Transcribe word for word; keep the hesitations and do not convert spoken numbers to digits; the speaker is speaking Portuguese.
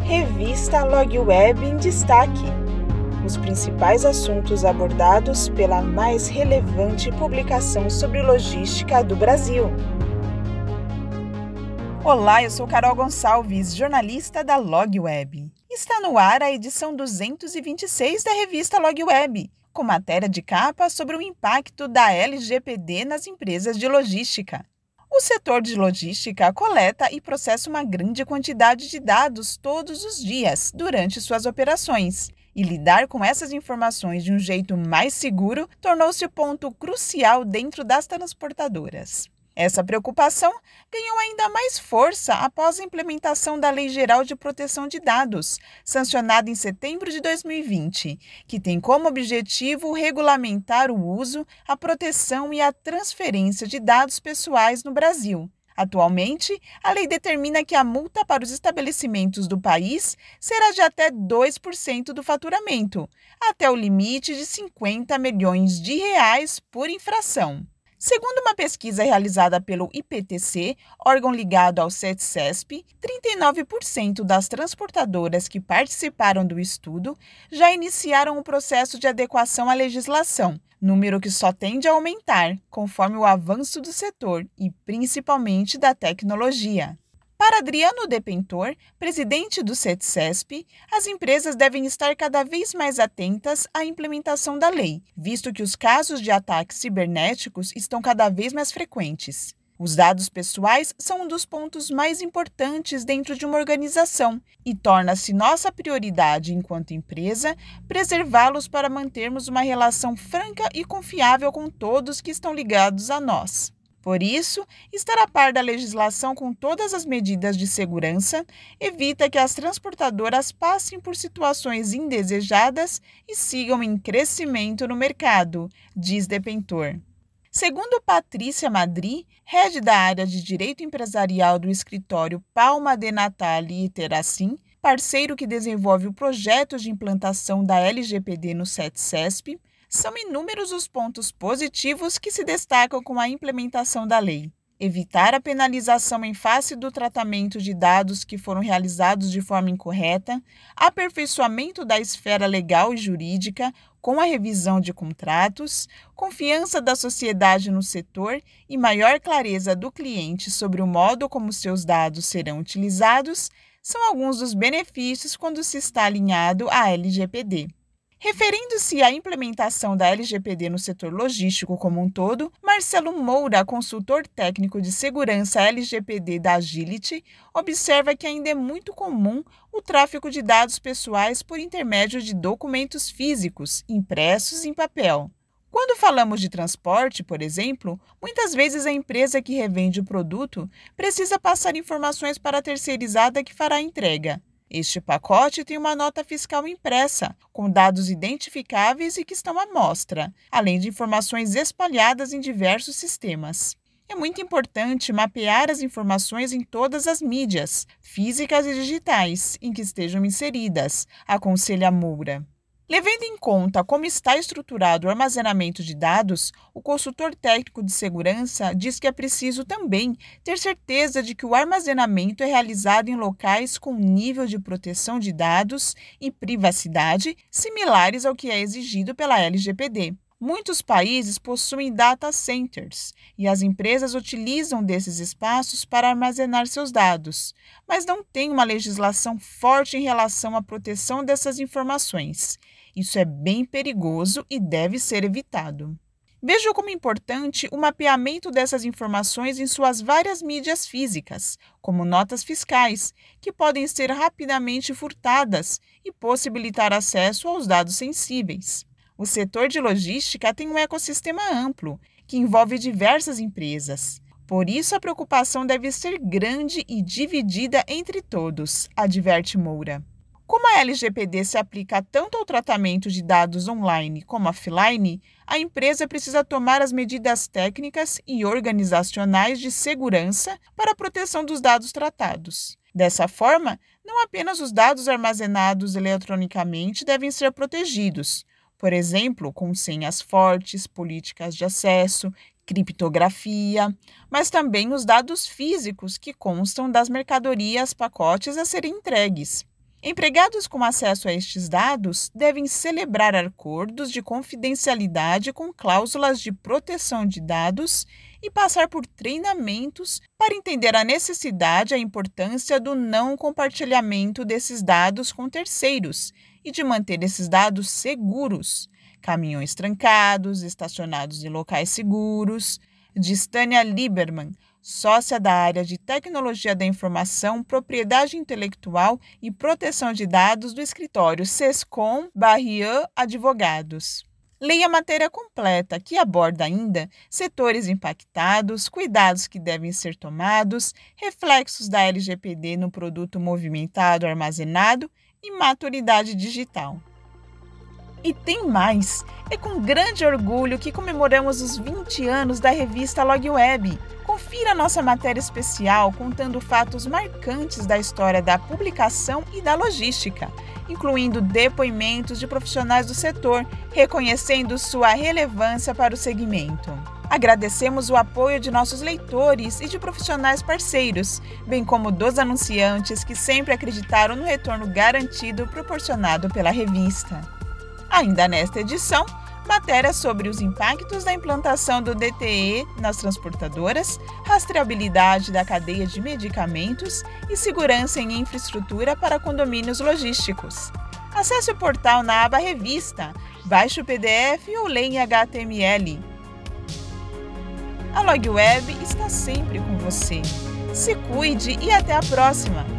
Revista LogWeb em destaque. Os principais assuntos abordados pela mais relevante publicação sobre logística do Brasil. Olá, eu sou Carol Gonçalves, jornalista da LogWeb. Está no ar a edição duzentos e vinte e seis da revista LogWeb, com matéria de capa sobre o impacto da L G P D nas empresas de logística. O setor de logística coleta e processa uma grande quantidade de dados todos os dias, durante suas operações. E lidar com essas informações de um jeito mais seguro tornou-se ponto crucial dentro das transportadoras. Essa preocupação ganhou ainda mais força após a implementação da Lei Geral de Proteção de Dados, sancionada em setembro de dois mil e vinte, que tem como objetivo regulamentar o uso, a proteção e a transferência de dados pessoais no Brasil. Atualmente, a lei determina que a multa para os estabelecimentos do país será de até dois por cento do faturamento, até o limite de cinquenta milhões de reais por infração. Segundo uma pesquisa realizada pelo I P T C, órgão ligado ao CETCESP, trinta e nove por cento das transportadoras que participaram do estudo já iniciaram o processo de adequação à legislação, número que só tende a aumentar conforme o avanço do setor e principalmente da tecnologia. Para Adriano Depentor, presidente do CETCESP, as empresas devem estar cada vez mais atentas à implementação da lei, visto que os casos de ataques cibernéticos estão cada vez mais frequentes. Os dados pessoais são um dos pontos mais importantes dentro de uma organização e torna-se nossa prioridade enquanto empresa preservá-los para mantermos uma relação franca e confiável com todos que estão ligados a nós. Por isso, estar a par da legislação com todas as medidas de segurança evita que as transportadoras passem por situações indesejadas e sigam em crescimento no mercado, diz Depentor. Segundo Patrícia Madri, head da área de Direito Empresarial do escritório Palma de Natali e Terracin, parceiro que desenvolve o projeto de implantação da L G P D no CETCESP, são inúmeros os pontos positivos que se destacam com a implementação da lei. Evitar a penalização em face do tratamento de dados que foram realizados de forma incorreta, aperfeiçoamento da esfera legal e jurídica com a revisão de contratos, confiança da sociedade no setor e maior clareza do cliente sobre o modo como seus dados serão utilizados, são alguns dos benefícios quando se está alinhado à L G P D. Referindo-se à implementação da L G P D no setor logístico como um todo, Marcelo Moura, consultor técnico de segurança L G P D da Agility, observa que ainda é muito comum o tráfego de dados pessoais por intermédio de documentos físicos, impressos em papel. Quando falamos de transporte, por exemplo, muitas vezes a empresa que revende o produto precisa passar informações para a terceirizada que fará a entrega. Este pacote tem uma nota fiscal impressa, com dados identificáveis e que estão à mostra, além de informações espalhadas em diversos sistemas. É muito importante mapear as informações em todas as mídias, físicas e digitais, em que estejam inseridas, aconselha Moura. Levando em conta como está estruturado o armazenamento de dados, o consultor técnico de segurança diz que é preciso também ter certeza de que o armazenamento é realizado em locais com nível de proteção de dados e privacidade similares ao que é exigido pela L G P D. Muitos países possuem data centers e as empresas utilizam desses espaços para armazenar seus dados, mas não tem uma legislação forte em relação à proteção dessas informações. Isso é bem perigoso e deve ser evitado. Vejo como importante o mapeamento dessas informações em suas várias mídias físicas, como notas fiscais, que podem ser rapidamente furtadas e possibilitar acesso aos dados sensíveis. O setor de logística tem um ecossistema amplo, que envolve diversas empresas. Por isso, a preocupação deve ser grande e dividida entre todos, adverte Moura. Como a L G P D se aplica tanto ao tratamento de dados online como offline, a empresa precisa tomar as medidas técnicas e organizacionais de segurança para a proteção dos dados tratados. Dessa forma, não apenas os dados armazenados eletronicamente devem ser protegidos, por exemplo, com senhas fortes, políticas de acesso, criptografia, mas também os dados físicos que constam das mercadorias, pacotes a serem entregues. Empregados com acesso a estes dados devem celebrar acordos de confidencialidade com cláusulas de proteção de dados e passar por treinamentos para entender a necessidade e a importância do não compartilhamento desses dados com terceiros e de manter esses dados seguros. Caminhões trancados, estacionados em locais seguros. De Stânia Lieberman, sócia da área de Tecnologia da Informação, Propriedade Intelectual e Proteção de Dados do escritório Sescom Barrieux Advogados. Leia a matéria completa, que aborda ainda setores impactados, cuidados que devem ser tomados, reflexos da L G P D no produto movimentado armazenado e maturidade digital. E tem mais! É com grande orgulho que comemoramos os vinte anos da revista LogWeb. Confira nossa matéria especial contando fatos marcantes da história da publicação e da logística, incluindo depoimentos de profissionais do setor, reconhecendo sua relevância para o segmento. Agradecemos o apoio de nossos leitores e de profissionais parceiros, bem como dos anunciantes que sempre acreditaram no retorno garantido proporcionado pela revista. Ainda nesta edição, matéria sobre os impactos da implantação do D T E nas transportadoras, rastreabilidade da cadeia de medicamentos e segurança em infraestrutura para condomínios logísticos. Acesse o portal na aba Revista, baixe o P D F ou leia em H T M L. A LogWeb está sempre com você. Se cuide e até a próxima!